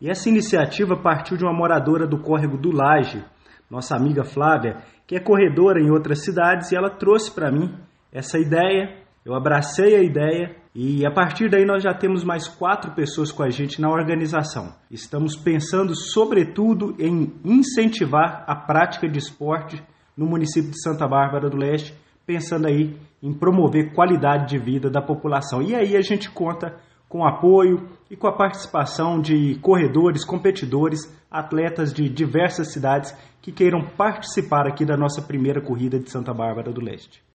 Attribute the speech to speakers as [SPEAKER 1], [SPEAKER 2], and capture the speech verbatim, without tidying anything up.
[SPEAKER 1] E essa iniciativa partiu de uma moradora do córrego do Laje, nossa amiga Flávia, que é corredora em outras cidades, e ela trouxe para mim essa ideia. Eu abracei a ideia e a partir daí nós já temos mais quatro pessoas com a gente na organização. Estamos pensando sobretudo em incentivar a prática de esporte no município de Santa Bárbara do Leste, pensando aí em promover qualidade de vida da população. E aí a gente conta com o apoio e com a participação de corredores, competidores, atletas de diversas cidades que queiram participar aqui da nossa primeira corrida de Santa Bárbara do Leste.